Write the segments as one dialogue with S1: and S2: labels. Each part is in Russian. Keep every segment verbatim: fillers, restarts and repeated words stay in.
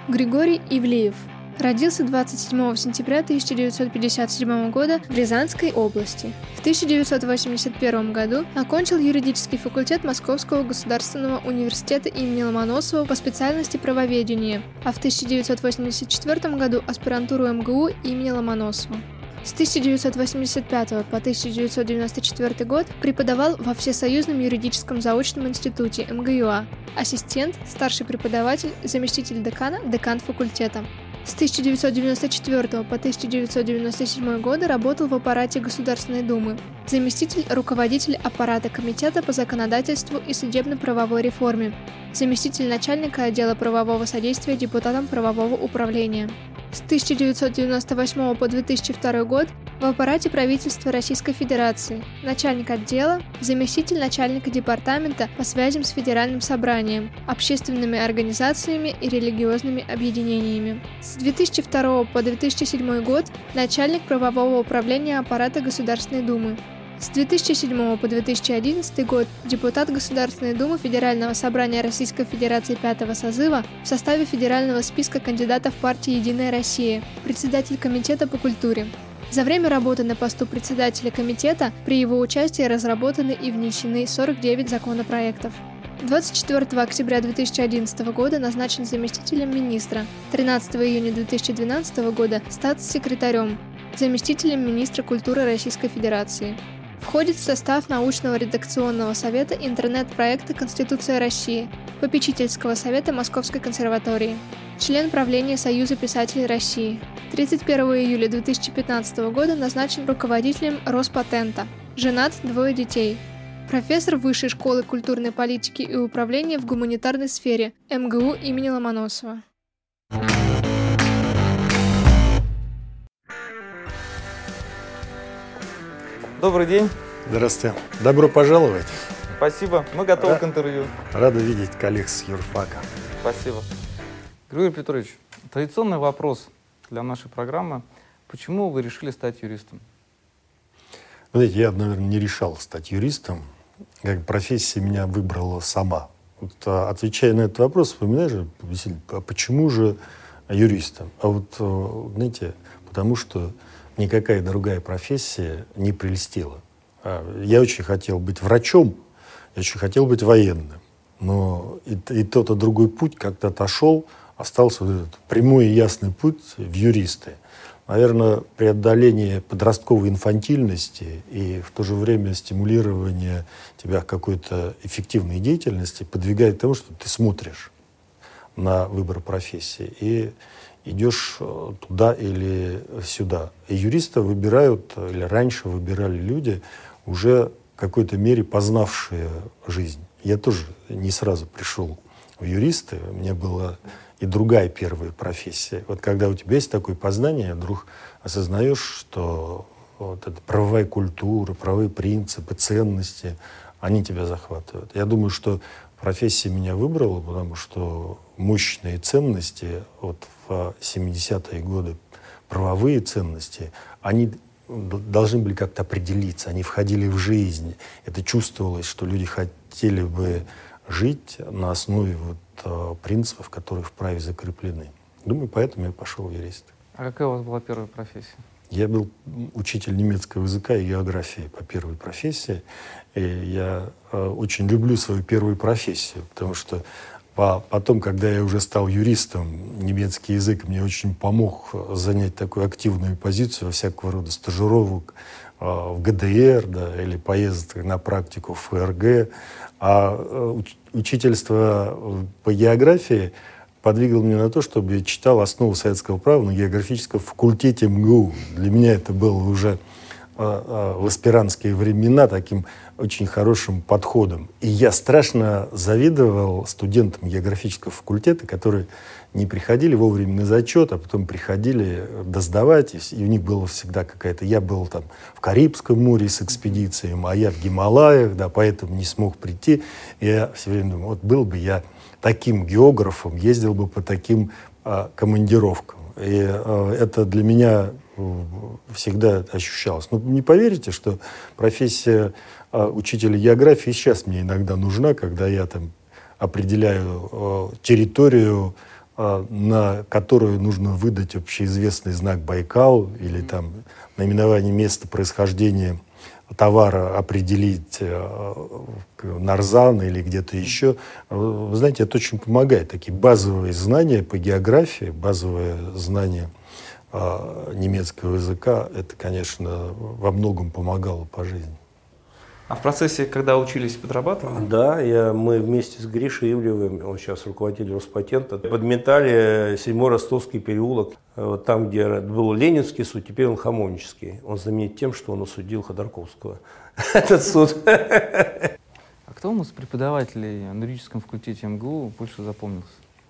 S1: Григорий Ивлиев родился двадцать седьмого сентября тысяча девятьсот пятьдесят седьмого года в Рязанской области. В тысяча девятьсот восемьдесят первом году окончил юридический факультет Московского государственного университета имени Ломоносова по специальности правоведение, а в тысяча девятьсот восемьдесят четвертом году аспирантуру эм гэ у имени Ломоносова. С тысяча девятьсот восемьдесят пятого по тысяча девятьсот девяносто четвёртый год преподавал во Всесоюзном юридическом заочном институте эм гэ ю а, ассистент, старший преподаватель, заместитель декана, декан факультета. С тысяча девятьсот девяносто четвёртого по тысяча девятьсот девяносто седьмой годы работал в аппарате Государственной Думы, заместитель руководителя аппарата Комитета по законодательству и судебно-правовой реформе, заместитель начальника отдела правового содействия депутатам правового управления. С тысяча девятьсот девяносто восьмого по две тысячи второй год в аппарате правительства Российской Федерации, начальник отдела, заместитель начальника департамента по связям с Федеральным собранием, общественными организациями и религиозными объединениями. С две тысячи второго по две тысячи седьмой год начальник правового управления аппарата Государственной Думы. С две тысячи седьмого по две тысячи одиннадцатый год депутат Государственной Думы Федерального собрания Российской Федерации пятого созыва в составе федерального списка кандидатов партии «Единая Россия», председатель комитета по культуре. За время работы на посту председателя комитета при его участии разработаны и внесены сорок девять законопроектов. двадцать четвёртого октября две тысячи одиннадцатого года назначен заместителем министра, тринадцатого июня две тысячи двенадцатого года статс-секретарем, заместителем министра культуры Российской Федерации. Входит в состав научного редакционного совета интернет-проекта «Конституция России», попечительского совета Московской консерватории, член правления Союза писателей России. тридцать первого июля две тысячи пятнадцатого года назначен руководителем Роспатента. Женат, двое детей. Профессор Высшей школы культурной политики и управления в гуманитарной сфере эм гэ у имени Ломоносова.
S2: Добрый день.
S3: Здравствуйте. Добро пожаловать.
S2: Спасибо. Мы готовы
S3: Рад,
S2: к интервью.
S3: Рада видеть коллег с юрфака.
S2: Спасибо. Григорий Петрович, традиционный вопрос для нашей программы. Почему вы решили стать юристом?
S3: Знаете, я, наверное, не решал стать юристом. Как профессия меня выбрала сама. Вот, а, отвечая на этот вопрос, вспоминаешь, а почему же юристом? А вот, знаете, потому что никакая другая профессия не прельстила. Я очень хотел быть врачом, я очень хотел быть военным. Но и, и тот, и другой путь как-то отошел, остался вот этот прямой и ясный путь в юристы. Наверное, преодоление подростковой инфантильности и в то же время стимулирование тебя к какой-то эффективной деятельности подвигает к тому, что ты смотришь на выбор профессии и идешь туда или сюда. И юриста выбирают, или раньше выбирали люди, уже в какой-то мере познавшие жизнь. Я тоже не сразу пришел в юристы, у меня была и другая первая профессия. Вот когда у тебя есть такое познание, вдруг осознаешь, что вот эта правовая культура, правовые принципы, ценности, они тебя захватывают. Я думаю, что профессия меня выбрала, потому что мощные ценности вот в семидесятые годы, правовые ценности, они должны были как-то определиться, они входили в жизнь. Это чувствовалось, что люди хотели бы жить на основе вот, э, принципов, которые в праве закреплены. Думаю, поэтому я пошел в юристы.
S2: А какая у вас была первая профессия?
S3: Я был учитель немецкого языка и географии по первой профессии. И я э, очень люблю свою первую профессию, потому что по, потом, когда я уже стал юристом, немецкий язык мне очень помог занять такую активную позицию во всякого рода стажировок э, в гэ дэ эр, да, или поездок на практику в эф эр гэ. А э, уч, учительство по географии подвигал меня на то, чтобы я читал основу советского права на географическом факультете эм гэ у. Для меня это было уже в аспирантские времена таким очень хорошим подходом. И я страшно завидовал студентам географического факультета, которые не приходили вовремя на зачет, а потом приходили досдавать, и у них было всегда какая-то... Я был там в Карибском море с экспедицией, а я в Гималаях, да, поэтому не смог прийти. И я все время думал, вот был бы я таким географом, ездил бы по таким а, командировкам. И а, это для меня всегда ощущалось. Но не поверите, что профессия а, учителя географии сейчас мне иногда нужна, когда я там определяю а, территорию на которую нужно выдать общеизвестный знак Байкал или там наименование места происхождения товара определить Нарзан или где-то еще. Вы знаете, это очень помогает. Такие базовые знания по географии, базовые знания немецкого языка, это, конечно, во многом помогало по жизни.
S2: А в процессе, когда учились, подрабатывали?
S4: Да, я, мы вместе с Гришей Ивлевым, он сейчас руководитель Роспатента, подметали седьмой Ростовский переулок, вот там, где был Ленинский суд, теперь он Хамовнический. Он знаменит тем, что он осудил Ходорковского, этот суд.
S2: А кто вам из преподавателей на юридическом факультете эм гэ у больше запомнился?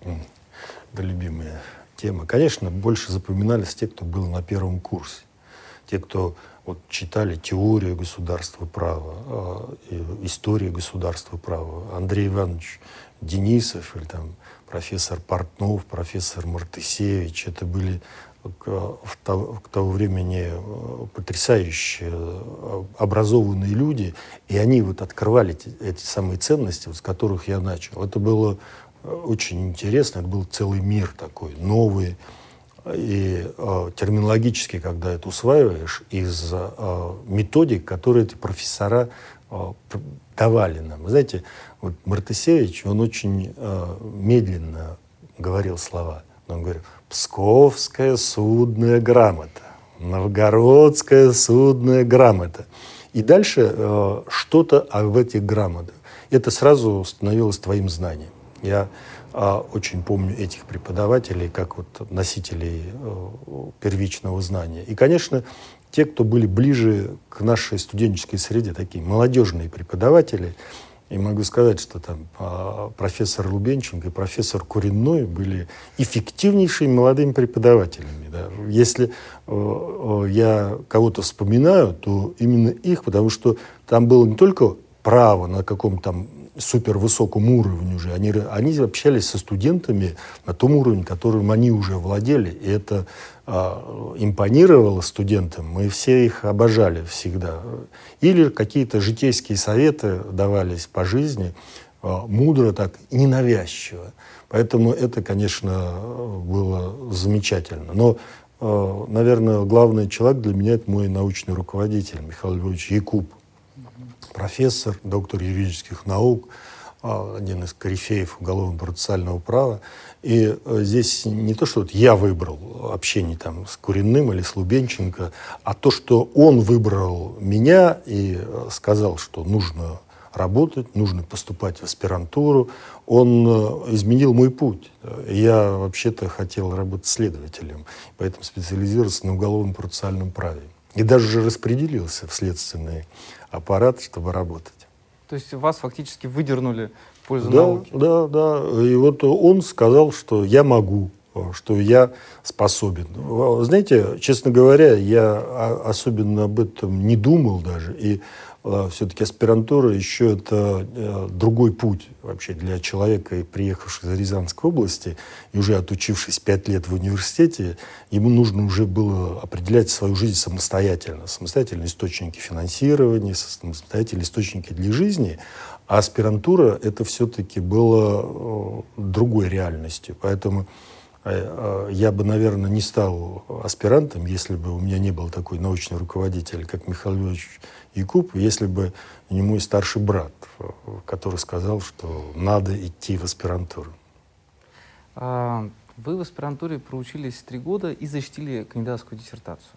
S3: Это любимая тема. Конечно, больше запоминались те, кто был на первом курсе. Те, кто вот, читали теорию государства права, э, историю государства права. Андрей Иванович Денисов, или там профессор Портнов, профессор Мартысевич. Это были к, в то, к того времени потрясающие образованные люди. И они вот открывали эти, эти самые ценности, вот, с которых я начал. Это было очень интересно. Это был целый мир такой, новый. И э, терминологически, когда это усваиваешь, из э, методик, которые эти профессора э, давали нам. Вы знаете, вот Мартысевич, он очень э, медленно говорил слова. Он говорил: «Псковская судная грамота», «Новгородская судная грамота». И дальше э, что-то в этих грамотах. Это сразу становилось твоим знанием. Я А, очень помню этих преподавателей как вот носителей э, первичного знания. И, конечно, те, кто были ближе к нашей студенческой среде, такие молодежные преподаватели. И могу сказать, что там э, профессор Лубенченко и профессор Куренной были эффективнейшими молодыми преподавателями. Да. Если э, э, я кого-то вспоминаю, то именно их, потому что там было не только право на каком-то там супервысоком уровне уже. Они, они общались со студентами на том уровне, которым они уже владели. И это а, импонировало студентам. Мы все их обожали всегда. Или какие-то житейские советы давались по жизни, а, мудро так, и ненавязчиво. Поэтому это, конечно, было замечательно. Но, а, наверное, главный человек для меня — это мой научный руководитель Михаил Львович Якуб. Профессор, доктор юридических наук, один из корифеев уголовно-процессуального права. И здесь не то, что вот я выбрал общение там с Куренным или с Лубенченко, а то, что он выбрал меня и сказал, что нужно работать, нужно поступать в аспирантуру, он изменил мой путь. Я вообще-то хотел работать следователем, поэтому специализировался на уголовно-процессуальном праве. И даже распределился в следственный аппарат, чтобы работать.
S2: То есть вас фактически выдернули в пользу
S3: да,
S2: науки?
S3: Да, да. И вот он сказал, что я могу, что я способен. Знаете, честно говоря, я особенно об этом не думал даже. И все-таки аспирантура еще это другой путь вообще для человека, приехавшего из Рязанской области и уже отучившись пять лет в университете, ему нужно уже было определять свою жизнь самостоятельно. Самостоятельные источники финансирования, самостоятельные источники для жизни. А аспирантура это все-таки было другой реальностью. Поэтому я бы, наверное, не стал аспирантом, если бы у меня не был такой научный руководитель, как Михаил Львович Якуб, если бы не мой старший брат, который сказал, что надо идти в аспирантуру.
S2: А, вы в аспирантуре проучились три года и защитили кандидатскую диссертацию.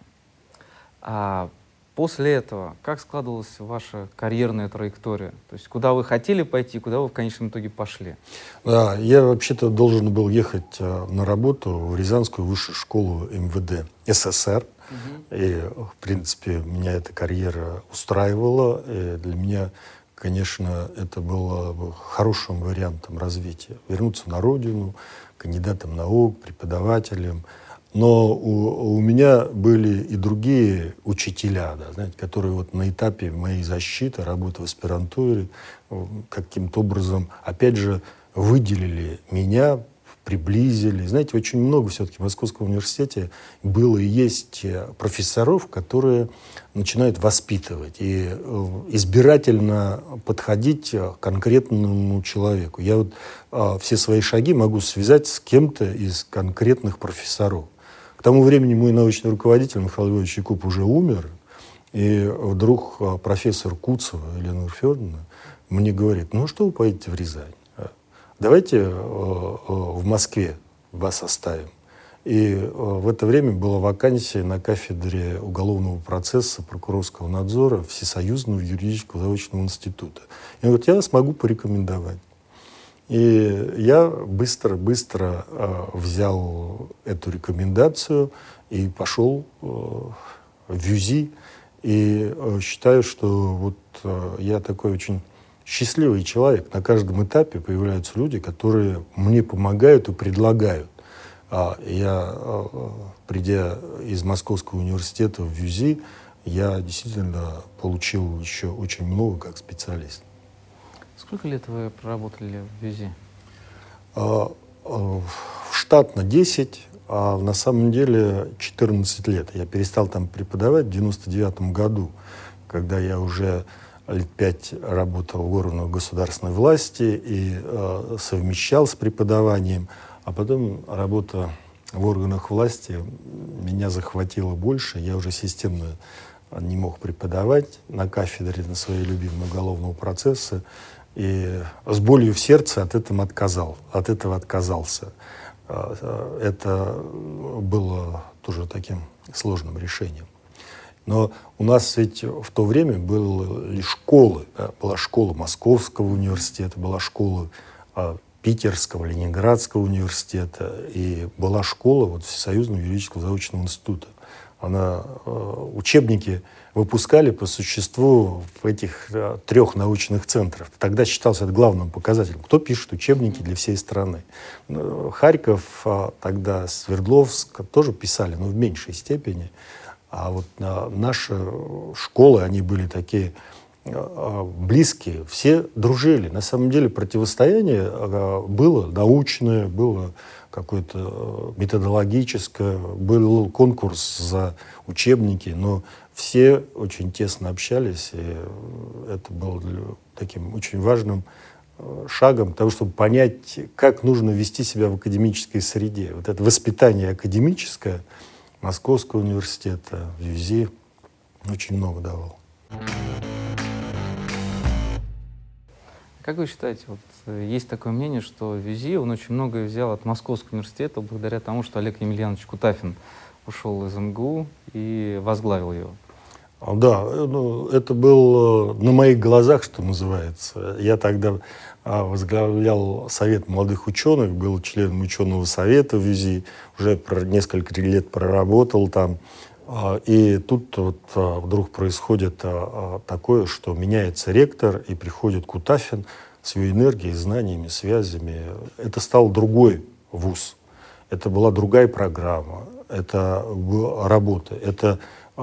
S2: А после этого как складывалась ваша карьерная траектория? То есть куда вы хотели пойти, куда вы в конечном итоге пошли?
S3: Да, я вообще-то должен был ехать на работу в Рязанскую высшую школу эм вэ дэ эс эс эр. Угу. И, в принципе, меня эта карьера устраивала. И для меня, конечно, это было бы хорошим вариантом развития. Вернуться на родину, кандидатом наук, преподавателем. Но у, у меня были и другие учителя, да, знаете, которые вот на этапе моей защиты, работы в аспирантуре, каким-то образом, опять же, выделили меня приблизили. Знаете, очень много все-таки в Московском университете было и есть профессоров, которые начинают воспитывать и избирательно подходить к конкретному человеку. Я вот а, все свои шаги могу связать с кем-то из конкретных профессоров. К тому времени мой научный руководитель Михаил Львович Якуб уже умер, и вдруг а, профессор Куцева Елена Федоровна мне говорит: ну что вы поедете в Рязань? Давайте э, э, в Москве вас оставим. И э, в это время была вакансия на кафедре уголовного процесса, прокурорского надзора Всесоюзного юридического заочного института. И он говорит: я вас могу порекомендовать. И я быстро-быстро э, взял эту рекомендацию и пошел э, в ЮЗИ. И э, считаю, что вот э, я такой очень счастливый человек. На каждом этапе появляются люди, которые мне помогают и предлагают. А я, придя из Московского университета в ЮЗИ, я действительно получил еще очень много как специалист.
S2: Сколько лет вы проработали в ЮЗИ?
S3: А, а, штатно десять, а на самом деле четырнадцать лет. Я перестал там преподавать в девяносто девятом году, когда я уже лет пять работал в органах государственной власти и э, совмещал с преподаванием, а потом работа в органах власти меня захватила больше, я уже системно не мог преподавать на кафедре на своей любимой уголовного процесса, и с болью в сердце от этого отказал, от этого отказался. Это было тоже таким сложным решением. Но у нас ведь в то время были школы. Да? Была школа Московского университета, была школа а, Питерского, Ленинградского университета, и была школа вот, Всесоюзного юридического заочного института. Она, а, учебники выпускали по существу в этих а, трех научных центрах. Тогда считался это главным показателем. Кто пишет учебники для всей страны? Харьков, а, тогда Свердловск тоже писали, но в меньшей степени. А вот а, наши школы, они были такие а, близкие, все дружили. На самом деле противостояние а, было научное, было какое-то а, методологическое, был конкурс за учебники, но все очень тесно общались, и это было таким очень важным а, шагом того, чтобы понять, как нужно вести себя в академической среде. Вот это воспитание академическое Московского университета, в ЮЗИ очень много давал.
S2: Как вы считаете, вот, есть такое мнение, что в ЮЗИ он очень многое взял от Московского университета благодаря тому, что Олег Емельянович Кутафин ушел из МГУ и возглавил его?
S3: Да, ну, это был на моих глазах, что называется. Я тогда возглавлял Совет молодых ученых, был членом ученого совета в ЮЗИ, уже несколько лет проработал там. И тут вот вдруг происходит такое, что меняется ректор, и приходит Кутафин с его энергией, знаниями, связями. Это стал другой вуз. Это была другая программа, это была работа, это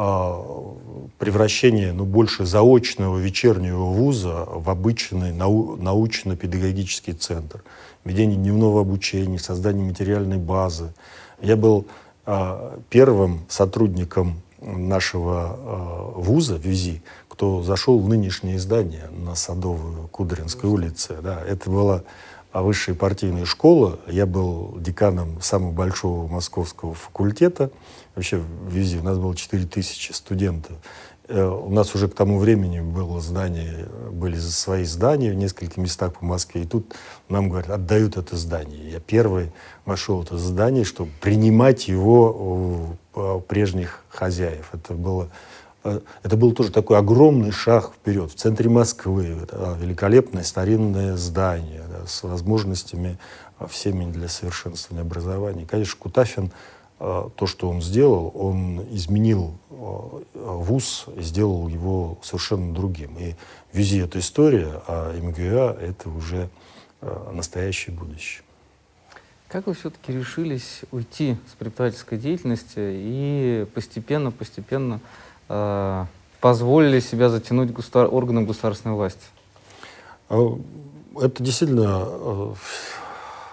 S3: превращение, ну, больше заочного вечернего вуза в обычный нау- научно-педагогический центр. Ведение дневного обучения, создание материальной базы. Я был а, первым сотрудником нашего а, вуза в ЮЗИ, кто зашел в нынешнее здание на Садовую Кудринской улице. Да, это была высшая партийная школа. Я был деканом самого большого московского факультета. Вообще в ЮЗИ у нас было четыре тысячи студентов. У нас уже к тому времени было здание, были свои здания в нескольких местах по Москве. И тут нам говорят, отдают это здание. Я первый вошел в это здание, чтобы принимать его у прежних хозяев. Это было, это был тоже такой огромный шаг вперед. В центре Москвы великолепное старинное здание, да, с возможностями всеми для совершенствования образования. Конечно, Кутафин, то, что он сделал, он изменил вуз, сделал его совершенно другим. И в ЮЗИ это история, а МГУА это уже настоящее будущее.
S2: Как вы все-таки решились уйти с преподавательской деятельности и постепенно-постепенно э, позволили себя затянуть государ... органам государственной власти?
S3: Это действительно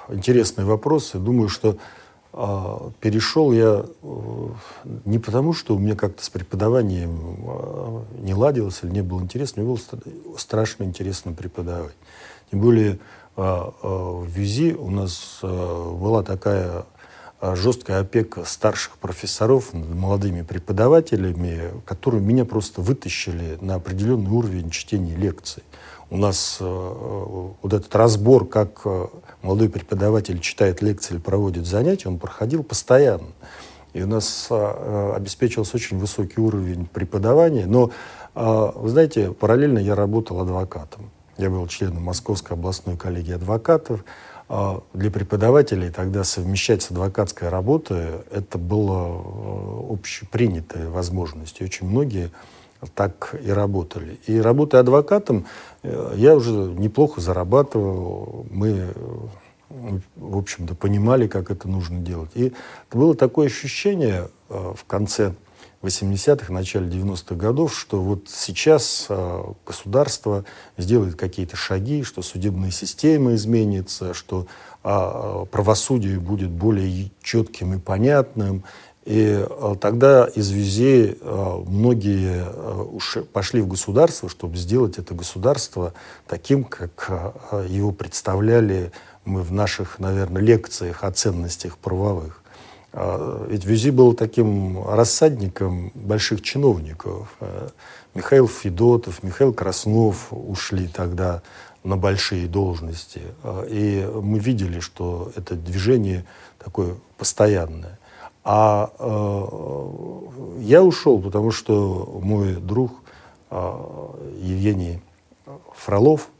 S3: интересные вопросы. Думаю, что э, перешел я э, не потому, что у меня как-то с преподаванием э, не ладилось или не было интересно. Мне было ст- страшно интересно преподавать. Тем более э, э, в ВЮЗИ у нас э, была такая э, жесткая опека старших профессоров над молодыми преподавателями, которые меня просто вытащили на определенный уровень чтения лекций. У нас э, вот этот разбор, как э, молодой преподаватель читает лекции или проводит занятия, он проходил постоянно. И у нас э, обеспечивался очень высокий уровень преподавания. Но, э, вы знаете, параллельно я работал адвокатом. Я был членом Московской областной коллегии адвокатов. Э, для преподавателей тогда совмещать с адвокатской работой это было э, общепринятой возможностью. Очень многие так и работали. И работая адвокатом, я уже неплохо зарабатывал. Мы, в общем-то, понимали, как это нужно делать. И было такое ощущение в конце восьмидесятых, начале девяностых годов, что вот сейчас государство сделает какие-то шаги, что судебная система изменится, что правосудие будет более четким и понятным. И тогда из ВЮЗИ многие уж пошли в государство, чтобы сделать это государство таким, как его представляли мы в наших, наверное, лекциях о ценностях правовых. Ведь ВЮЗИ был таким рассадником больших чиновников. Михаил Федотов, Михаил Краснов ушли тогда на большие должности. И мы видели, что это движение такое постоянное. А э, я ушел, потому что мой друг э, Евгений Фролов,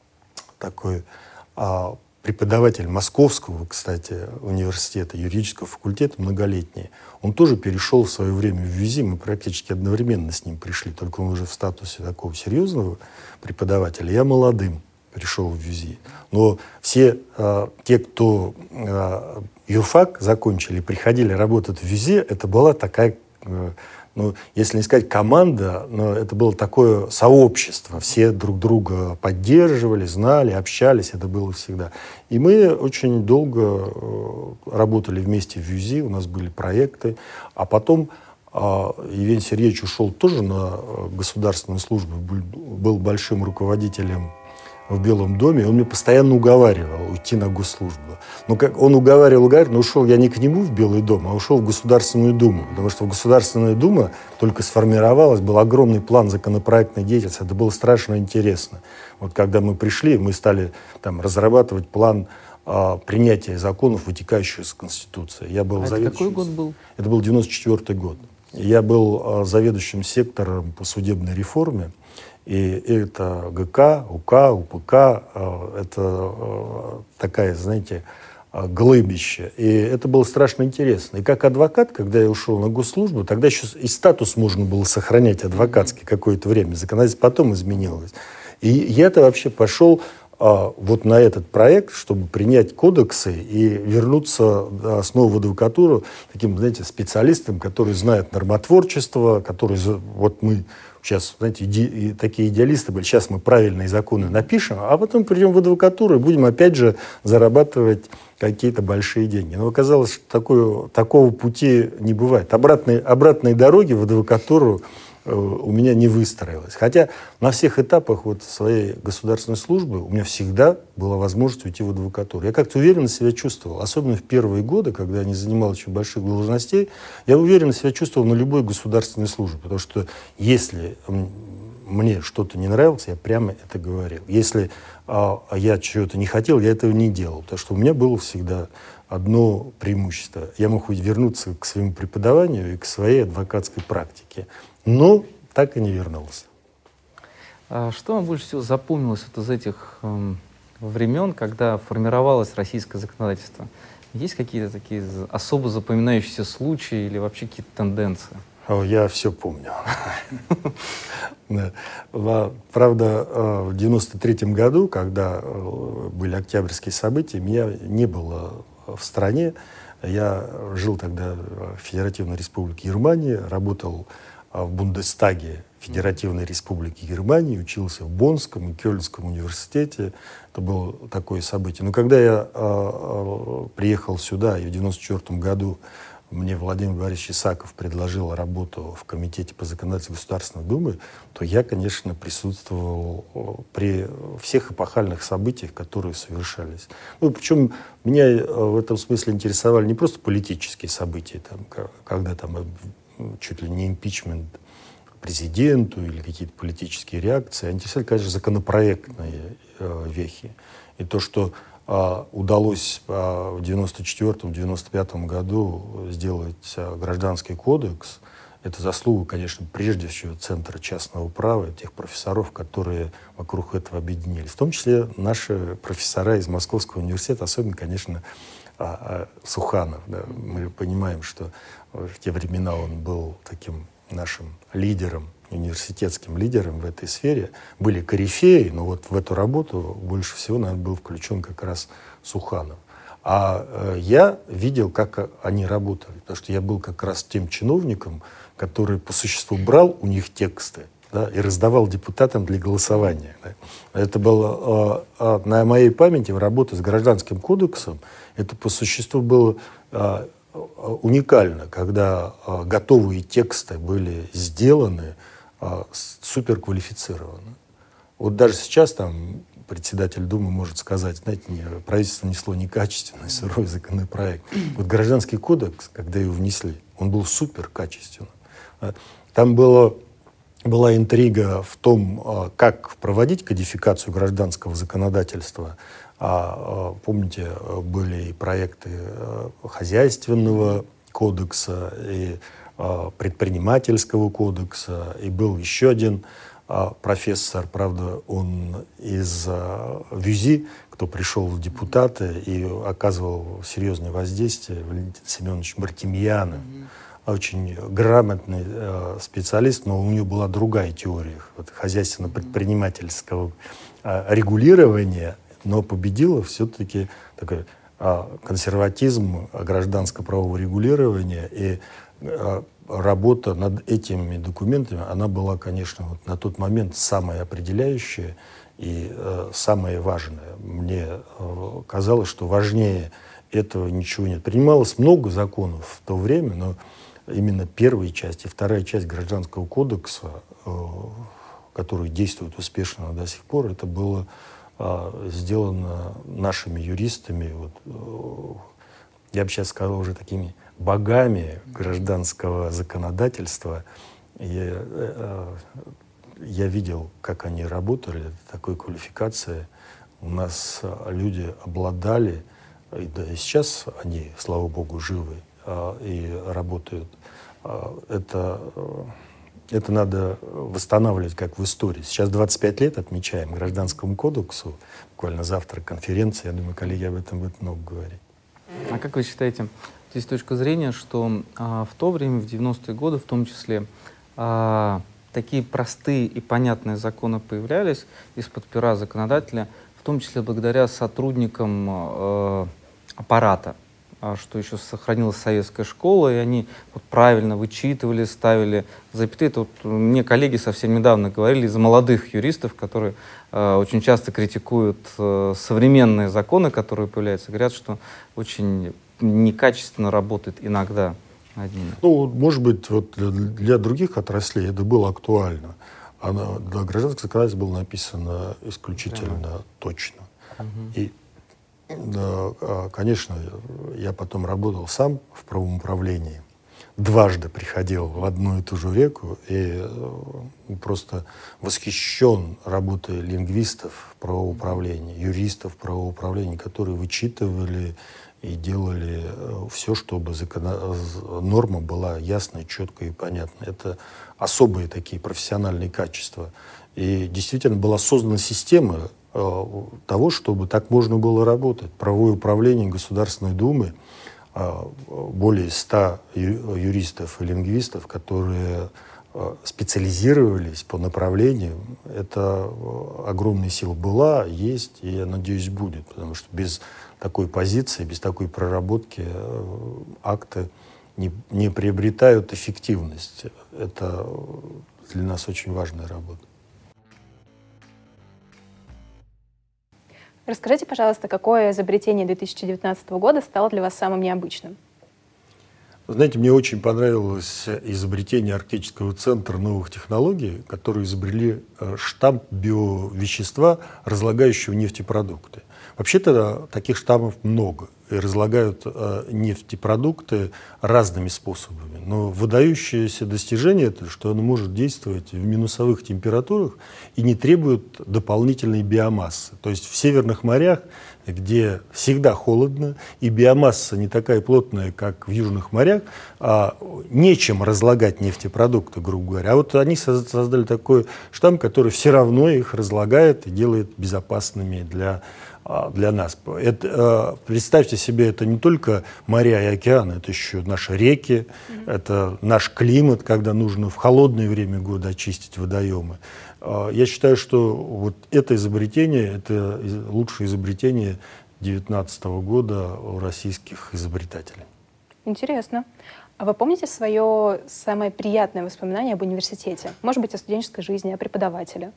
S3: такой э, преподаватель Московского, кстати, университета, юридического факультета, многолетний, он тоже перешел в свое время в ВЮЗИ, мы практически одновременно с ним пришли, только он уже в статусе такого серьезного преподавателя, я молодым пришел в ВЮЗИ. Но все э, те, кто э, юрфак закончили, приходили работать в ВЮЗИ, это была такая, э, ну, если не сказать команда, но это было такое сообщество. Все друг друга поддерживали, знали, общались, это было всегда. И мы очень долго э, работали вместе в ВЮЗИ, у нас были проекты, а потом э, Евгений Сергеевич ушел тоже на государственную службу, был, был большим руководителем в Белом доме, он мне постоянно уговаривал уйти на госслужбу. Но как он уговаривал, уговаривал, но ушел я не к нему в Белый дом, а ушел в Государственную Думу. Потому что в Государственную Думу только сформировалась, был огромный план законопроектной деятельности. Это было страшно интересно. Вот когда мы пришли, мы стали там разрабатывать план а, принятия законов, вытекающих из Конституции. Я был
S2: а это какой год был? Это был
S3: девяносто четвёртый год. Я был а, заведующим сектором по судебной реформе. И это ГК, УК, УПК, это такая, знаете, глыбище. И это было страшно интересно. И как адвокат, когда я ушел на госслужбу, тогда еще и статус можно было сохранять адвокатский какое-то время. Законодательство потом изменилось. И я-то вообще пошел а, вот на этот проект, чтобы принять кодексы и вернуться да, снова в адвокатуру таким, знаете, специалистом, который знает нормотворчество, который, вот мы сейчас, знаете, иде, такие идеалисты были, сейчас мы правильные законы напишем, а потом придем в адвокатуру и будем опять же зарабатывать какие-то большие деньги. Но оказалось, что такое, такого пути не бывает. Обратной, обратной дороги в адвокатуру э, у меня не выстроилось. Хотя на всех этапах вот своей государственной службы у меня всегда была возможность уйти в адвокатуру. Я как-то уверенно себя чувствовал, особенно в первые годы, когда я не занимал еще больших должностей, я уверенно себя чувствовал на любой государственной службе, потому что если мне что-то не нравилось, я прямо это говорил. Если а, я чего-то не хотел, я этого не делал, потому что у меня было всегда одно преимущество. Я мог вернуться к своему преподаванию и к своей адвокатской практике, но так и не вернулся.
S2: А что вам больше всего запомнилось вот из этих эм, времен, когда формировалось российское законодательство? Есть какие-то такие особо запоминающиеся случаи или вообще какие-то тенденции?
S3: О, я все помню. Правда, в девяносто третьем году, когда были октябрьские события, меня не было в стране. Я жил тогда в Федеративной Республике Германия, работал в Бундестаге Федеративной Республики Германии, учился в Боннском и Кёльнском университете. Это было такое событие. Но когда я э, приехал сюда, и в девяносто четвёртом году мне Владимир Борисович Исаков предложил работу в Комитете по законодательству Государственной Думы, то я, конечно, присутствовал при всех эпохальных событиях, которые совершались. Ну, причем меня в этом смысле интересовали не просто политические события, там, когда там чуть ли не импичмент президенту или какие-то политические реакции, а интересовали, конечно, законопроектные э, вехи. И то, что э, удалось э, в девяносто четвёртом — девяносто пятом году сделать э, гражданский кодекс, это заслуга, конечно, прежде всего Центра частного права, тех профессоров, которые вокруг этого объединились. В том числе наши профессора из Московского университета, особенно, конечно, э, э, Суханов. Да. Мы понимаем, что в те времена он был таким нашим лидером, университетским лидером в этой сфере. Были корифеи, но вот в эту работу больше всего, наверное, был включен как раз Суханов. А э, я видел, как они работали, потому что я был как раз тем чиновником, который по существу брал у них тексты, да, и раздавал депутатам для голосования. Да. Это было э, э, на моей памяти в работе с Гражданским кодексом, это по существу было э, уникально, когда э, готовые тексты были сделаны э, суперквалифицированно. Вот даже сейчас там председатель Думы может сказать, знаете, не, правительство несло некачественный, сырой законопроект. Вот Гражданский кодекс, когда его внесли, он был суперкачественным. Там было, была интрига в том, э, как проводить кодификацию гражданского законодательства. А, помните, были и проекты хозяйственного кодекса, и предпринимательского кодекса, и был еще один профессор, правда, он из ВЮЗИ, кто пришел в депутаты и оказывал серьезное воздействие, Валентин Семенович Мартемьянов, mm-hmm. очень грамотный специалист, но у него была другая теория вот, хозяйственно-предпринимательского регулирования. Но победило все-таки такой а, консерватизм гражданско-правового регулирования, и а, работа над этими документами, она была, конечно, вот на тот момент самая определяющая и а, самая важная. Мне а, казалось, что важнее этого ничего нет. Принималось много законов в то время, но именно первая часть и вторая часть Гражданского кодекса, а, которые действуют успешно до сих пор, это было сделано нашими юристами, вот, я бы сейчас сказал, уже такими богами гражданского законодательства. Я, я видел, как они работали, такой квалификацией. У нас люди обладали, и, да, и сейчас они, слава богу, живы и работают. Это... Это надо восстанавливать, как в истории. Сейчас двадцать пять лет отмечаем Гражданскому кодексу. Буквально завтра конференция. Я думаю, коллеги об этом будут много говорить.
S2: А как вы считаете, есть точка зрения, что а, в то время, в девяностые годы, в том числе, а, такие простые и понятные законы появлялись из-под пера законодателя, в том числе благодаря сотрудникам а, аппарата, что еще сохранилась советская школа, и они вот правильно вычитывали, ставили запятые. Это вот мне коллеги совсем недавно говорили из молодых юристов, которые э, очень часто критикуют э, современные законы, которые появляются, говорят, что очень некачественно работает иногда над ними.
S3: Ну, может быть, вот для, для других отраслей это было актуально. А для гражданского законодательства было написано исключительно Прямо. точно. Угу. И да, конечно, я потом работал сам в правом управлении. Дважды приходил в одну и ту же реку и просто восхищен работой лингвистов в правоуправлении, юристов в правоуправлении, которые вычитывали и делали все, чтобы закон... норма была ясной, четкой и понятной. Это особые такие профессиональные качества. И действительно была создана система того, чтобы так можно было работать. Правовое управление Государственной Думы, более ста юристов и лингвистов, которые специализировались по направлениям. Это огромная сила была, есть и, я надеюсь, будет. Потому что без такой позиции, без такой проработки акты не, не приобретают эффективность. Это для нас очень важная работа.
S5: Расскажите, пожалуйста, какое изобретение две тысячи девятнадцатого года стало для вас самым необычным?
S3: Знаете, мне очень понравилось изобретение Арктического центра новых технологий, которые изобрели штамп биовещества, разлагающего нефтепродукты. Вообще-то таких штаммов много, и разлагают нефтепродукты разными способами. Но выдающееся достижение — это, что оно может действовать в минусовых температурах и не требует дополнительной биомассы. То есть в северных морях, где всегда холодно, и биомасса не такая плотная, как в южных морях, а нечем разлагать нефтепродукты, грубо говоря. А вот они создали такой штамм, который все равно их разлагает и делает безопасными для, для нас. Это, представьте себе, это не только моря и океаны, это еще наши реки, mm-hmm. это наш климат, когда нужно в холодное время года очистить водоемы. Я считаю, что вот это изобретение, это лучшее изобретение две тысячи девятнадцатого года у российских изобретателей.
S5: Интересно. А вы помните свое самое приятное воспоминание об университете? Может быть, о студенческой жизни, о преподавателе?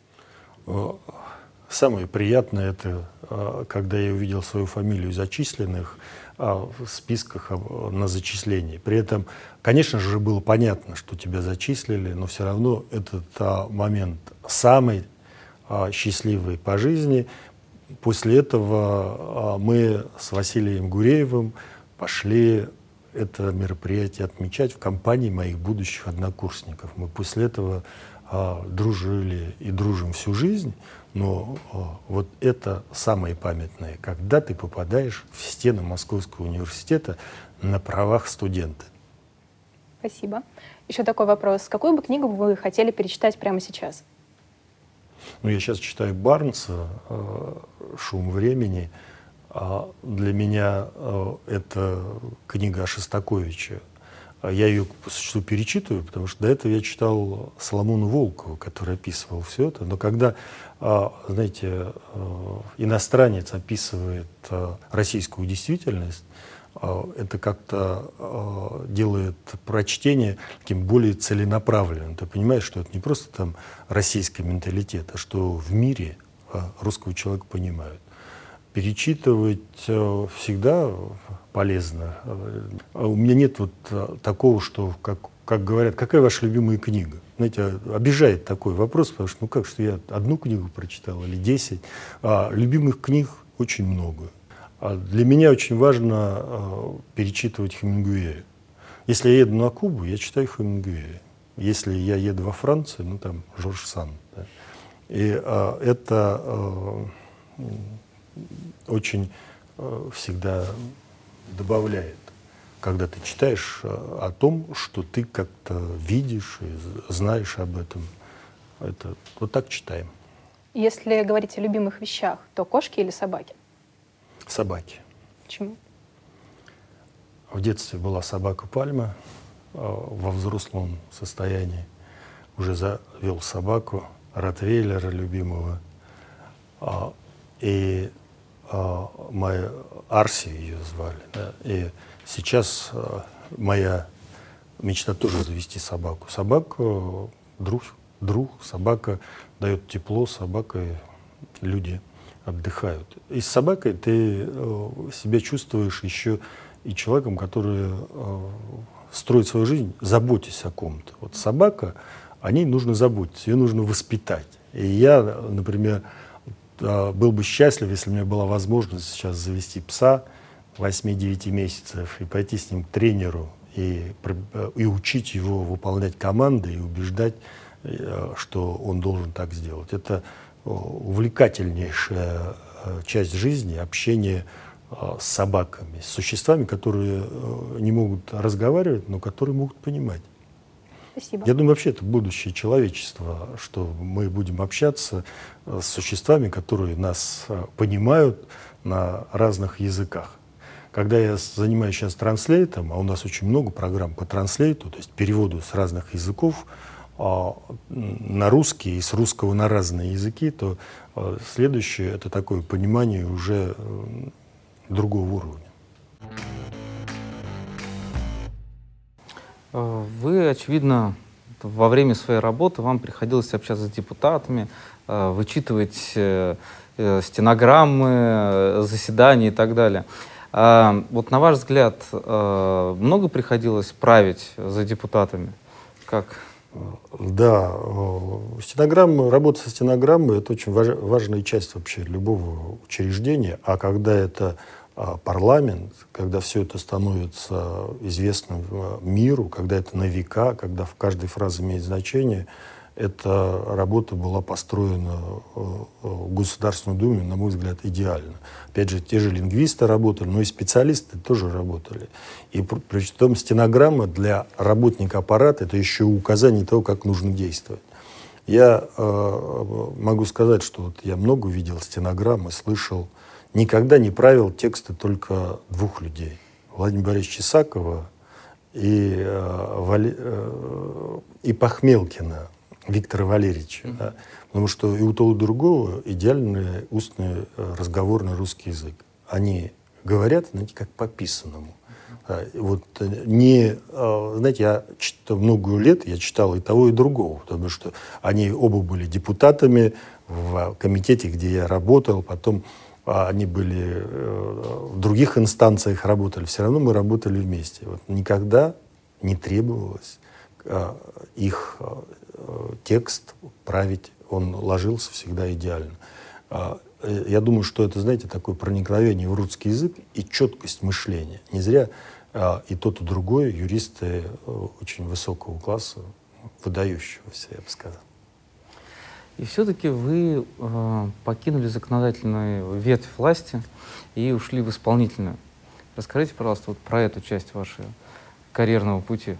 S3: Самое приятное — это когда я увидел свою фамилию зачисленных в списках на зачислении. При этом, конечно же, было понятно, что тебя зачислили, но все равно этот момент самый счастливый по жизни. После этого мы с Василием Гуреевым пошли это мероприятие отмечать в компании моих будущих однокурсников. Мы после этого дружили и дружим всю жизнь. Но вот это самое памятное, когда ты попадаешь в стены Московского университета на правах студента.
S5: Спасибо. Еще такой вопрос. Какую бы книгу вы хотели перечитать прямо сейчас?
S3: Ну, я сейчас читаю Барнса «Шум времени». Для меня это книга о Шостаковиче. Я ее по существу перечитываю, потому что до этого я читал Соломона Волкова, который описывал все это. Но когда, знаете, иностранец описывает российскую действительность, это как-то делает прочтение таким более целенаправленным. Ты понимаешь, что это не просто там российский менталитет, а что в мире русского человека понимают. Перечитывать всегда полезно. У меня нет вот такого, что, как, как говорят, какая ваша любимая книга? Знаете, обижает такой вопрос, потому что, ну как, что я одну книгу прочитал или десять, а любимых книг очень много. А для меня очень важно а, перечитывать Хемингуэя. Если я еду на Кубу, я читаю Хемингуэя. Если я еду во Францию, ну там Жорж Санд. Да. И а, это а, очень а, всегда добавляет, когда ты читаешь о том, что ты как-то видишь и знаешь об этом. Это, вот так читаем.
S5: Если говорить о любимых вещах, то кошки или собаки?
S3: Собаки.
S5: Почему?
S3: В детстве была собака Пальма, во взрослом состоянии уже завел собаку, ротвейлера любимого. И моя Арси ее звали. Да? И сейчас моя мечта тоже завести собаку. Собака друг, друг, собака дает тепло, собакой люди отдыхают. И с собакой ты себя чувствуешь еще и человеком, который строит свою жизнь, заботясь о ком-то. Вот собака, о ней нужно заботиться, ее нужно воспитать. И я, например, был бы счастлив, если у меня была возможность сейчас завести пса восьми-девяти месяцев и пойти с ним к тренеру и, и учить его выполнять команды и убеждать, что он должен так сделать. Это увлекательнейшая часть жизни, общение с собаками, с существами, которые не могут разговаривать, но которые могут понимать.
S5: Спасибо.
S3: Я думаю, вообще это будущее человечества, что мы будем общаться с существами, которые нас понимают на разных языках. Когда я занимаюсь сейчас транслейтом, а у нас очень много программ по транслейту, то есть переводу с разных языков на русский и с русского на разные языки, то следующее — это такое понимание уже другого уровня.
S2: Вы, очевидно, во время своей работы вам приходилось общаться с депутатами, э, вычитывать э, э, стенограммы, э, заседания и так далее. А, вот на ваш взгляд, э, много приходилось править за депутатами? Как?
S3: Да, стенограмма, работа со стенограммой — это очень важ, важная часть вообще любого учреждения. А когда это а, парламент, когда все это становится известным миру, когда это на века, когда в каждой фразе имеет значение, эта работа была построена в Государственной Думе, на мой взгляд, идеально. Опять же, те же лингвисты работали, но и специалисты тоже работали. И причем стенограмма для работника аппарата — это еще указание того, как нужно действовать. Я э, могу сказать, что вот я много видел стенограммы, слышал, никогда не правил тексты только двух людей. Владимира Борисовича Исакова и, э, Вали, э, и Пахмелкина Виктора Валерьевича. Mm-hmm. Да? Потому что и у того, и у другого идеальный устный разговорный русский язык. Они говорят, знаете, как по писанному. Mm-hmm. Вот не, знаете, я читал, много лет я читал и того, и другого, потому что они оба были депутатами в комитете, где я работал, потом они были в других инстанциях работали, все равно мы работали вместе. Вот никогда не требовалось их текст править, он ложился всегда идеально. Я думаю, что это, знаете, такое проникновение в русский язык и четкость мышления. Не зря и тот, и другой юристы очень высокого класса, выдающегося, я бы сказал.
S2: И все-таки вы э, покинули законодательную ветвь власти и ушли в исполнительную. Расскажите, пожалуйста, вот про эту часть вашего карьерного пути.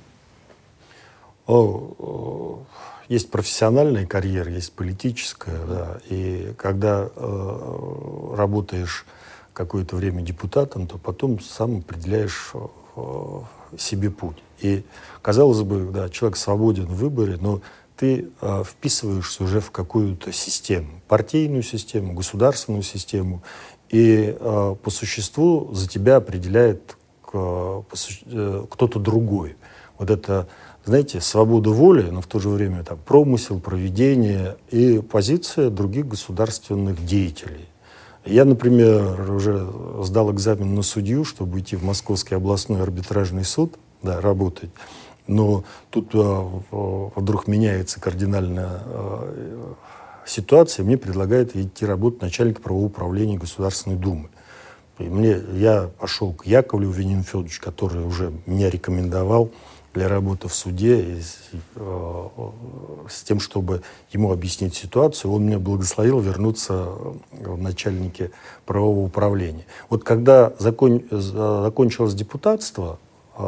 S3: О, о, есть профессиональная карьера, есть политическая, да. И когда э, работаешь какое-то время депутатом, то потом сам определяешь э, себе путь. И, казалось бы, да, человек свободен в выборе, но ты э, вписываешься уже в какую-то систему, партийную систему, государственную систему, и э, по существу за тебя определяет э, э, кто-то другой. Вот это, знаете, свобода воли, но в то же время там, промысел, проведение и позиция других государственных деятелей. Я, например, уже сдал экзамен на судью, чтобы идти в Московский областной арбитражный суд, да, работать. Но тут а, вдруг меняется кардинально а, ситуация, мне предлагают идти работать начальник правового управления Государственной Думы. И мне, я пошел к Яковлеву Вениамину Федоровичу, который уже меня рекомендовал для работы в суде, и, а, с тем, чтобы ему объяснить ситуацию. Он меня благословил вернуться в начальнике правового управления. Вот когда закон, закончилось депутатство,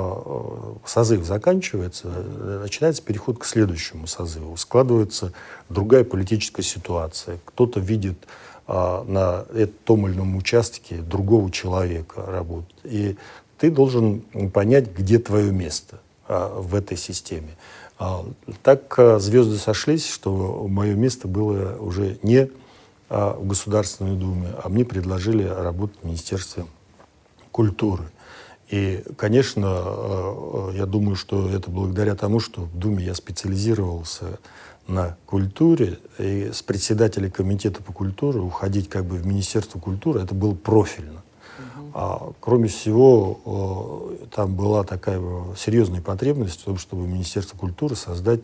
S3: созыв заканчивается, начинается переход к следующему созыву. Складывается другая политическая ситуация. Кто-то видит а, на том или ином участке другого человека работать. И ты должен понять, где твое место а, в этой системе. А, так а, звезды сошлись, что мое место было уже не а, в Государственной Думе, а мне предложили работать в Министерстве культуры. И, конечно, я думаю, что это благодаря тому, что в Думе я специализировался на культуре, и с председателя комитета по культуре уходить как бы в Министерство культуры, это было профильно. Uh-huh. А, кроме всего, там была такая серьезная потребность в том, чтобы Министерство культуры создать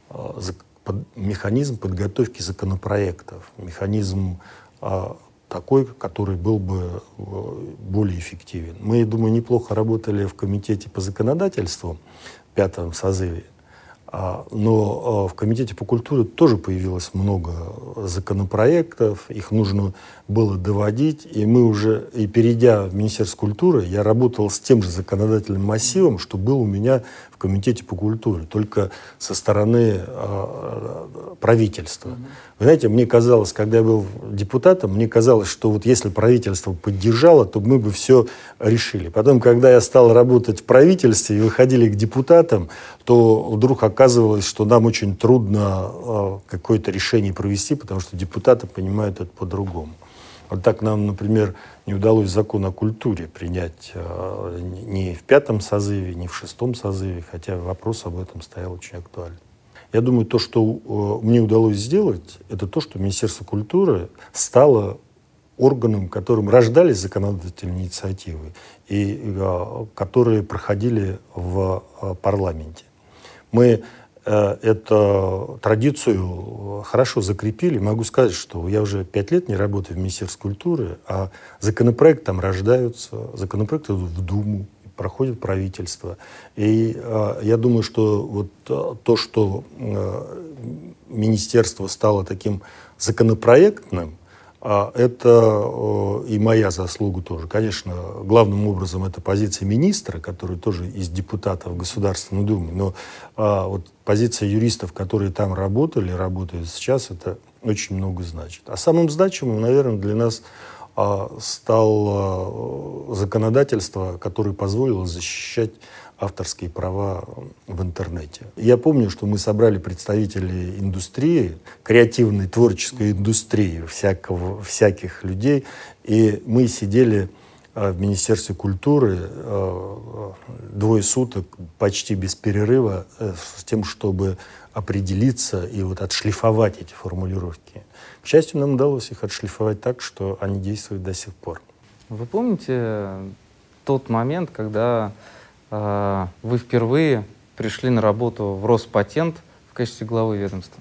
S3: механизм подготовки законопроектов, механизм такой, который был бы более эффективен. Мы, думаю, неплохо работали в комитете по законодательству в пятом созыве, но в комитете по культуре тоже появилось много законопроектов, их нужно было доводить, и мы уже, и перейдя в Министерство культуры, я работал с тем же законодательным массивом, что был у меня в комитете по культуре, только со стороны э, правительства. Mm-hmm. Вы знаете, мне казалось, когда я был депутатом, мне казалось, что вот если правительство поддержало, то мы бы все решили. Потом, когда я стал работать в правительстве и выходили к депутатам, то вдруг оказывалось, что нам очень трудно э, какое-то решение провести, потому что депутаты понимают это по-другому. Вот так нам, например, не удалось закон о культуре принять э, ни в пятом созыве, ни в шестом созыве, хотя вопрос об этом стоял очень актуально. Я думаю, то, что мне удалось сделать, это то, что Министерство культуры стало органом, которым рождались законодательные инициативы, и которые проходили в парламенте. Мы эту традицию хорошо закрепили. Могу сказать, что я уже пять лет не работаю в Министерстве культуры, а законопроекты там рождаются, законопроекты идут в Думу, проходит правительство. И э, я думаю, что вот э, то, что э, министерство стало таким законопроектным, э, это э, и моя заслуга тоже. Конечно, главным образом это позиция министра, который тоже из депутатов Государственной Думы, но э, вот позиция юристов, которые там работали, работают сейчас, это очень много значит. А самым значимым, наверное, для нас стало законодательство, которое позволило защищать авторские права в интернете. Я помню, что мы собрали представителей индустрии, креативной, творческой индустрии, всякого, всяких людей, и мы сидели в Министерстве культуры двое суток почти без перерыва с тем, чтобы определиться и вот отшлифовать эти формулировки. К счастью, нам удалось их отшлифовать так, что они действуют до сих пор.
S2: Вы помните тот момент, когда э, вы впервые пришли на работу в Роспатент в качестве главы ведомства?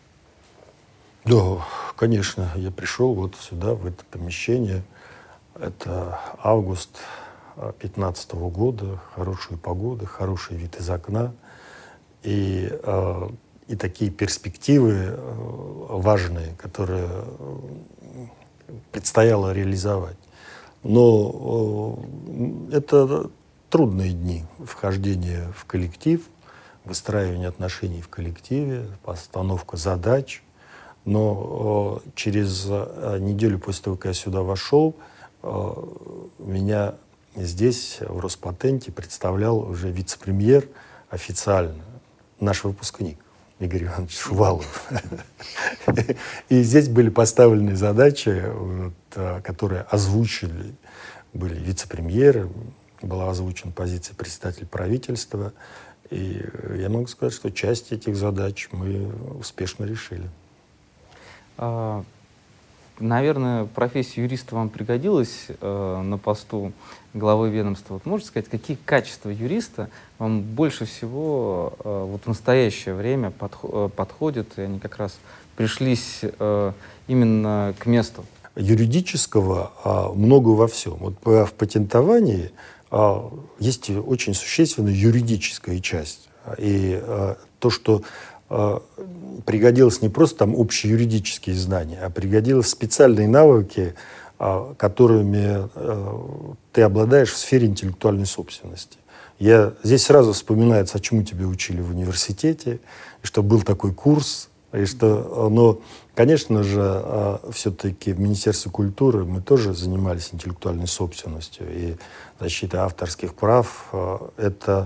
S3: Да, конечно. Я пришел вот сюда, в это помещение. Это август две тысячи пятнадцатого года. Хорошая погода, хороший вид из окна. И, э, и такие перспективы э, важные, которые э, предстояло реализовать. Но э, это трудные дни вхождения в коллектив, выстраивание отношений в коллективе, постановка задач. Но э, через э, неделю после того, как я сюда вошел, э, меня здесь, в Роспатенте, представлял уже вице-премьер официально, наш выпускник Игорь Иванович Шувалов. И здесь были поставлены задачи, вот, которые озвучили, были вице-премьеры, была озвучена позиция председателя правительства. И я могу сказать, что часть этих задач мы успешно решили.
S2: А, наверное, профессия юриста вам пригодилась э, на посту главы ведомства. Вот можете сказать, какие качества юриста вам больше всего э, вот в настоящее время подхо- подходят, и они как раз пришлись э, именно к месту?
S3: Юридического а, много во всем. Вот в патентовании а, есть очень существенная юридическая часть. И а, то, что а, пригодилось не просто там общие юридические знания, а пригодилось специальные навыки, а, которыми а, ты обладаешь в сфере интеллектуальной собственности. Я, здесь сразу вспоминается, о чему тебя учили в университете, и что был такой курс, и что, но, конечно же, все-таки в Министерстве культуры мы тоже занимались интеллектуальной собственностью, и защита авторских прав — это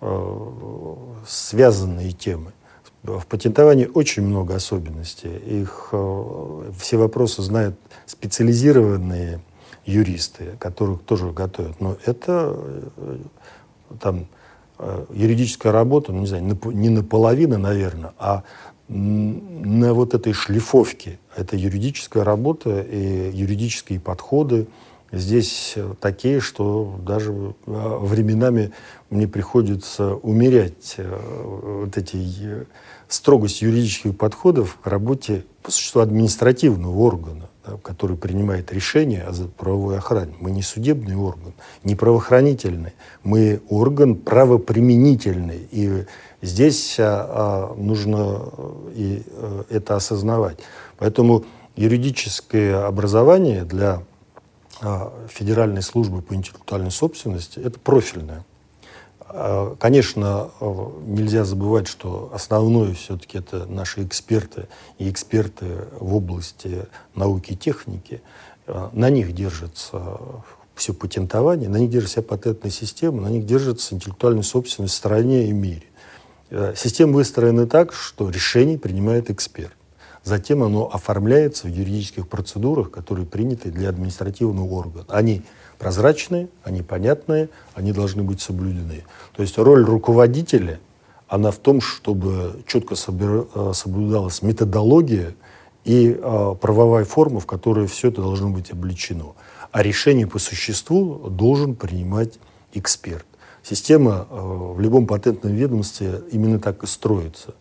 S3: связанные темы. В патентовании очень много особенностей. Их все вопросы знают специализированные юристы, которых тоже готовят. Но это там юридическая работа, ну, не знаю, не наполовину, наверное, а на вот этой шлифовке. Это юридическая работа и юридические подходы здесь такие, что даже временами мне приходится умерять вот эти строгость юридических подходов к работе по существу административного органа, да, который принимает решения о правовой охране. Мы не судебный орган, не правоохранительный, мы орган правоприменительный. И здесь а, а, нужно и, а, это осознавать. Поэтому юридическое образование для а, Федеральной службы по интеллектуальной собственности — это профильное. А, конечно, нельзя забывать, что основное все-таки это наши эксперты и эксперты в области науки и техники. А, на них держится все патентование, на них держится вся патентная система, на них держится интеллектуальная собственность в стране и мире. Система выстроена так, что решение принимает эксперт. Затем оно оформляется в юридических процедурах, которые приняты для административного органа. Они прозрачные, они понятные, они должны быть соблюдены. То есть роль руководителя, она в том, чтобы четко соблюдалась методология и правовая форма, в которой все это должно быть облечено. А решение по существу должен принимать эксперт. Система в любом патентном ведомстве именно так и строится.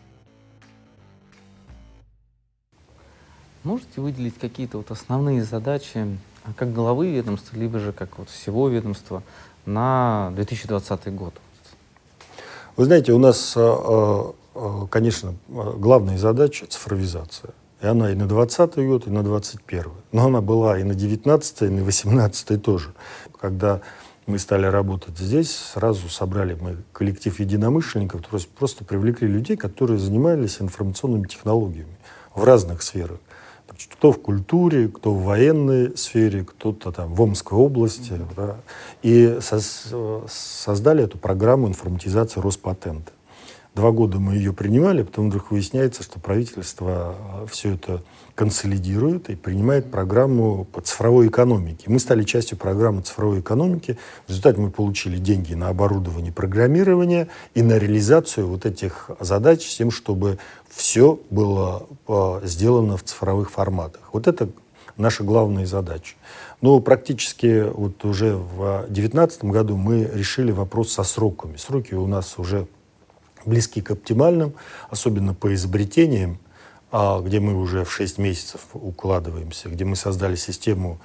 S2: Можете выделить какие-то вот основные задачи как главы ведомства, либо же как вот всего ведомства на две тысячи двадцатый год?
S3: Вы знаете, у нас, конечно, главная задача — цифровизация. И она и на двадцатый год, и на двадцать первый. Но она была и на девятнадцатый, и на восемнадцатый тоже. Когда мы стали работать здесь, сразу собрали мы коллектив единомышленников, то есть просто привлекли людей, которые занимались информационными технологиями в разных сферах. Кто в культуре, кто в военной сфере, кто-то там в Омской области. Mm-hmm. Да, и со- создали эту программу информатизации Роспатента. Два года мы ее принимали, потом вдруг выясняется, что правительство все это консолидирует и принимает программу по цифровой экономике. Мы стали частью программы цифровой экономики. В результате мы получили деньги на оборудование, программирование и на реализацию вот этих задач с тем, чтобы все было сделано в цифровых форматах. Вот это наша главная задача. Но практически вот уже в две тысячи девятнадцатом году мы решили вопрос со сроками. Сроки у нас уже близки к оптимальным, особенно по изобретениям, где мы уже в шесть месяцев укладываемся, где мы создали систему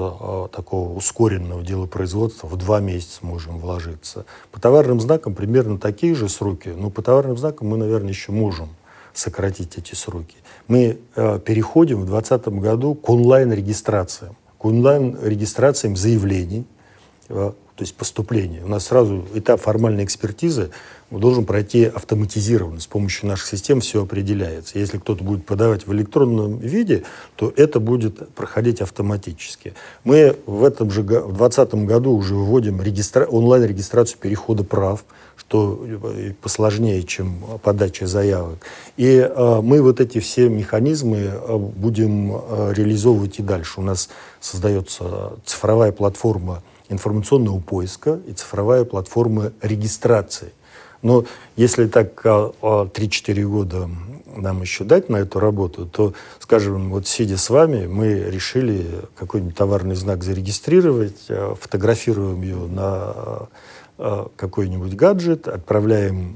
S3: такого ускоренного делопроизводства, в два месяца можем вложиться. По товарным знакам примерно такие же сроки, но по товарным знакам мы, наверное, еще можем сократить эти сроки. Мы переходим в двадцатом году к онлайн-регистрациям, к онлайн-регистрациям заявлений, то есть поступления. У нас сразу этап формальной экспертизы должен пройти автоматизированно. С помощью наших систем все определяется. Если кто-то будет подавать в электронном виде, то это будет проходить автоматически. Мы в этом же двадцатом году уже вводим регистра... онлайн-регистрацию перехода прав, что посложнее, чем подача заявок. И э, мы вот эти все механизмы будем э, реализовывать и дальше. У нас создается цифровая платформа информационного поиска и цифровая платформа регистрации. Но если так три-четыре года нам еще дать на эту работу, то, скажем, вот сидя с вами, мы решили какой-нибудь товарный знак зарегистрировать, фотографируем ее на какой-нибудь гаджет, отправляем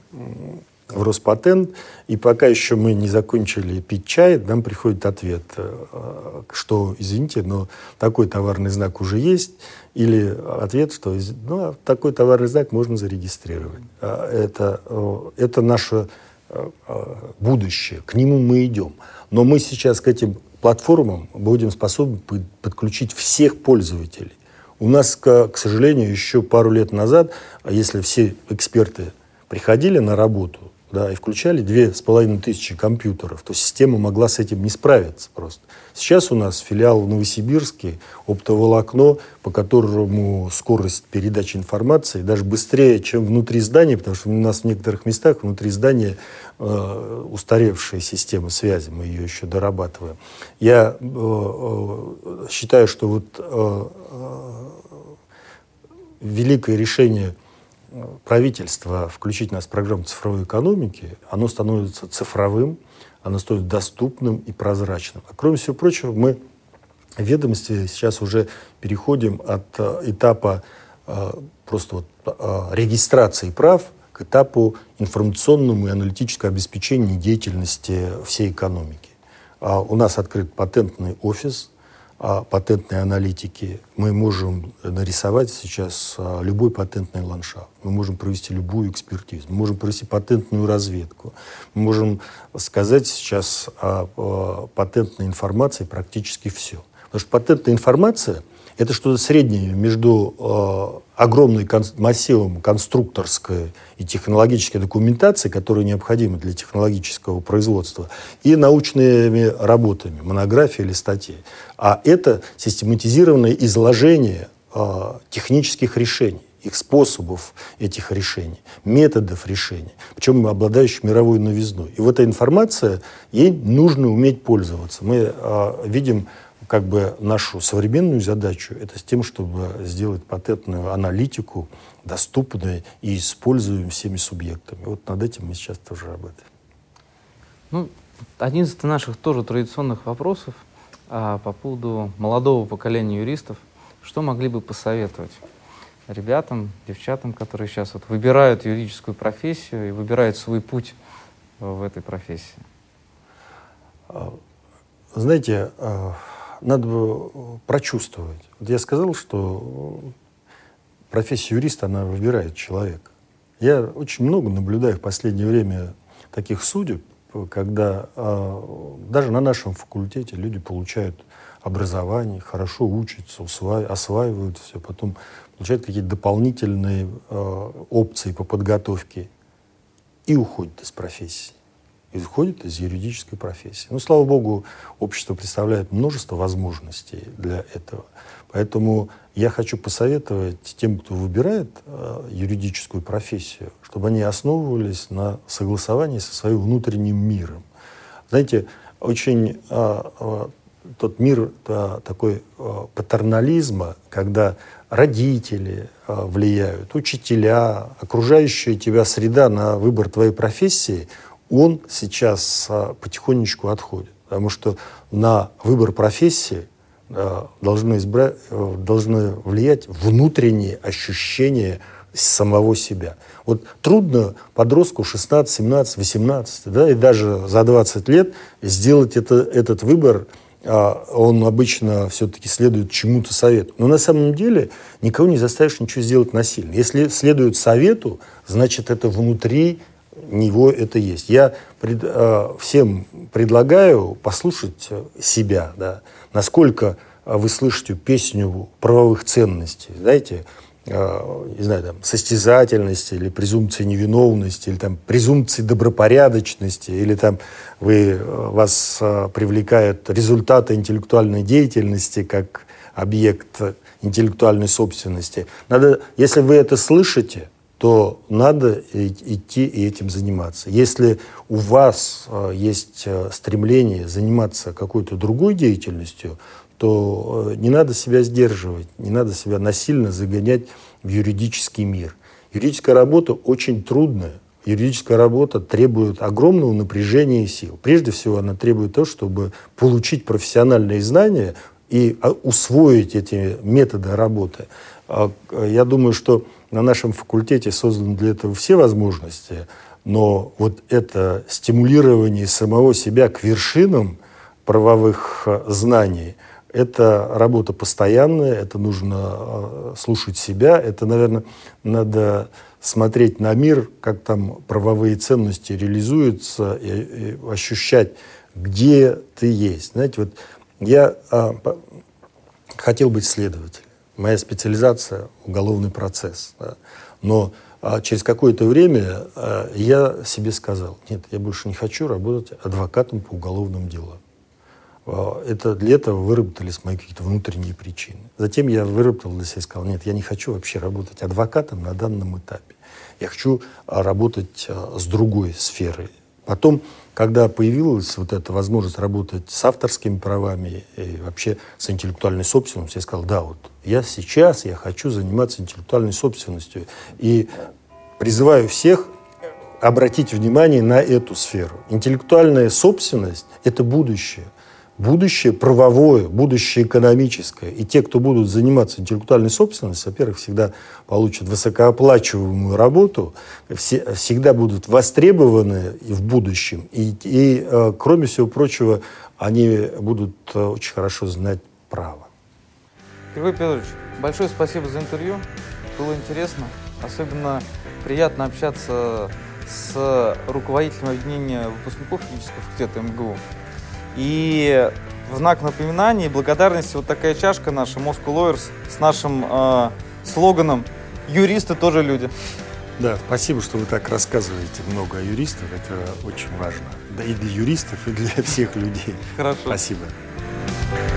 S3: в Роспатент, и пока еще мы не закончили пить чай, нам приходит ответ, что, извините, но такой товарный знак уже есть, или ответ, что ну, такой товарный знак можно зарегистрировать. Это, это наше будущее, к нему мы идем. Но мы сейчас к этим платформам будем способны подключить всех пользователей. У нас, к, к сожалению, еще пару лет назад, если все эксперты приходили на работу, да, и включали две с половиной тысячи компьютеров, то система могла с этим не справиться просто. Сейчас у нас филиал в Новосибирске, оптоволокно, по которому скорость передачи информации даже быстрее, чем внутри здания, потому что у нас в некоторых местах внутри здания э, устаревшая система связи, мы ее еще дорабатываем. Я э, э, считаю, что вот э, э, великое решение правительства включить нас в программу цифровой экономики, оно становится цифровым, оно становится доступным и прозрачным. А кроме всего прочего, мы в ведомстве сейчас уже переходим от этапа э, просто вот, э, регистрации прав к этапу информационному и аналитического обеспечения деятельности всей экономики. А у нас открыт патентный офис патентной аналитики. Мы можем нарисовать сейчас любой патентный ландшафт. Мы можем провести любую экспертизу. Мы можем провести патентную разведку. Мы можем сказать сейчас о, о патентной информации практически все. Потому что патентная информация — это что-то среднее между э, огромным кон- массивом конструкторской и технологической документации, которая необходима для технологического производства, и научными работами, монографией или статьей. А это систематизированное изложение э, технических решений, их способов этих решений, методов решения, причем обладающих мировой новизной. И вот эта информация, ей нужно уметь пользоваться. Мы э, видим как бы нашу современную задачу — это с тем, чтобы сделать патентную аналитику доступной и используемой всеми субъектами. Вот над этим мы сейчас тоже работаем.
S2: Ну, один из наших тоже традиционных вопросов а, по поводу молодого поколения юристов. Что могли бы посоветовать ребятам, девчатам, которые сейчас вот выбирают юридическую профессию и выбирают свой путь в этой профессии?
S3: Знаете, надо прочувствовать. Вот я сказал, что профессия юриста, она выбирает человека. Я очень много наблюдаю в последнее время таких судеб, когда даже на нашем факультете люди получают образование, хорошо учатся, осваивают все, потом получают какие-то дополнительные опции по подготовке и уходят из профессии. И уходит из юридической профессии. Ну, слава богу, общество представляет множество возможностей для этого. Поэтому я хочу посоветовать тем, кто выбирает э, юридическую профессию, чтобы они основывались на согласовании со своим внутренним миром. Знаете, очень э, э, тот мир э, такой э, патернализма, когда родители э, влияют, учителя, окружающая тебя среда на выбор твоей профессии, он сейчас а, потихонечку отходит. Потому что на выбор профессии а, должны, избра... должны влиять внутренние ощущения самого себя. Вот трудно подростку шестнадцать, семнадцать, восемнадцать, да, и даже за двадцать лет сделать это, этот выбор. А, он обычно все-таки следует чему-то совету. Но на самом деле никого не заставишь ничего сделать насильно. Если следует совету, значит, это внутри него это есть. Я пред, э, всем предлагаю послушать себя, да, насколько вы слышите песню правовых ценностей, знаете, э, не знаю, там, состязательности или презумпции невиновности, или там презумпции добропорядочности, или там вы, вас э, привлекают результаты интеллектуальной деятельности как объект интеллектуальной собственности. Надо, если вы это слышите, то надо идти и этим заниматься. Если у вас э, есть э, стремление заниматься какой-то другой деятельностью, то э, не надо себя сдерживать, не надо себя насильно загонять в юридический мир. Юридическая работа очень трудная. Юридическая работа требует огромного напряжения и сил. Прежде всего, она требует того, чтобы получить профессиональные знания и усвоить эти методы работы. Я думаю, что на нашем факультете созданы для этого все возможности, но вот это стимулирование самого себя к вершинам правовых знаний, это работа постоянная, это нужно слушать себя, это, наверное, надо смотреть на мир, как там правовые ценности реализуются, и, и ощущать, где ты есть. Знаете, вот я а, по, хотел быть следователем. Моя специализация — уголовный процесс. Да. Но а, через какое-то время а, я себе сказал: нет, я больше не хочу работать адвокатом по уголовным делам. А, это, для этого выработались мои какие-то внутренние причины. Затем я выработал для себя и сказал: нет, я не хочу вообще работать адвокатом на данном этапе. Я хочу а, работать а, с другой сферой. Потом, когда появилась вот эта возможность работать с авторскими правами и вообще с интеллектуальной собственностью, я сказал: да, вот я сейчас я хочу заниматься интеллектуальной собственностью. И призываю всех обратить внимание на эту сферу. Интеллектуальная собственность — это будущее. Будущее правовое, будущее экономическое. И те, кто будут заниматься интеллектуальной собственностью, во-первых, всегда получат высокооплачиваемую работу, все, всегда будут востребованы в будущем. И, и э, кроме всего прочего, они будут э, очень хорошо знать право.
S2: Григорий Петрович, большое спасибо за интервью. Было интересно. Особенно приятно общаться с руководителем объединения выпускников юридического факультета эм гэ у. И в знак напоминания и благодарности вот такая чашка наша Moscow Lawyers с нашим э, слоганом «Юристы тоже люди».
S3: Да, спасибо, что вы так рассказываете много о юристах. Это очень важно. Да и для юристов, и для всех людей.
S2: Хорошо.
S3: Спасибо.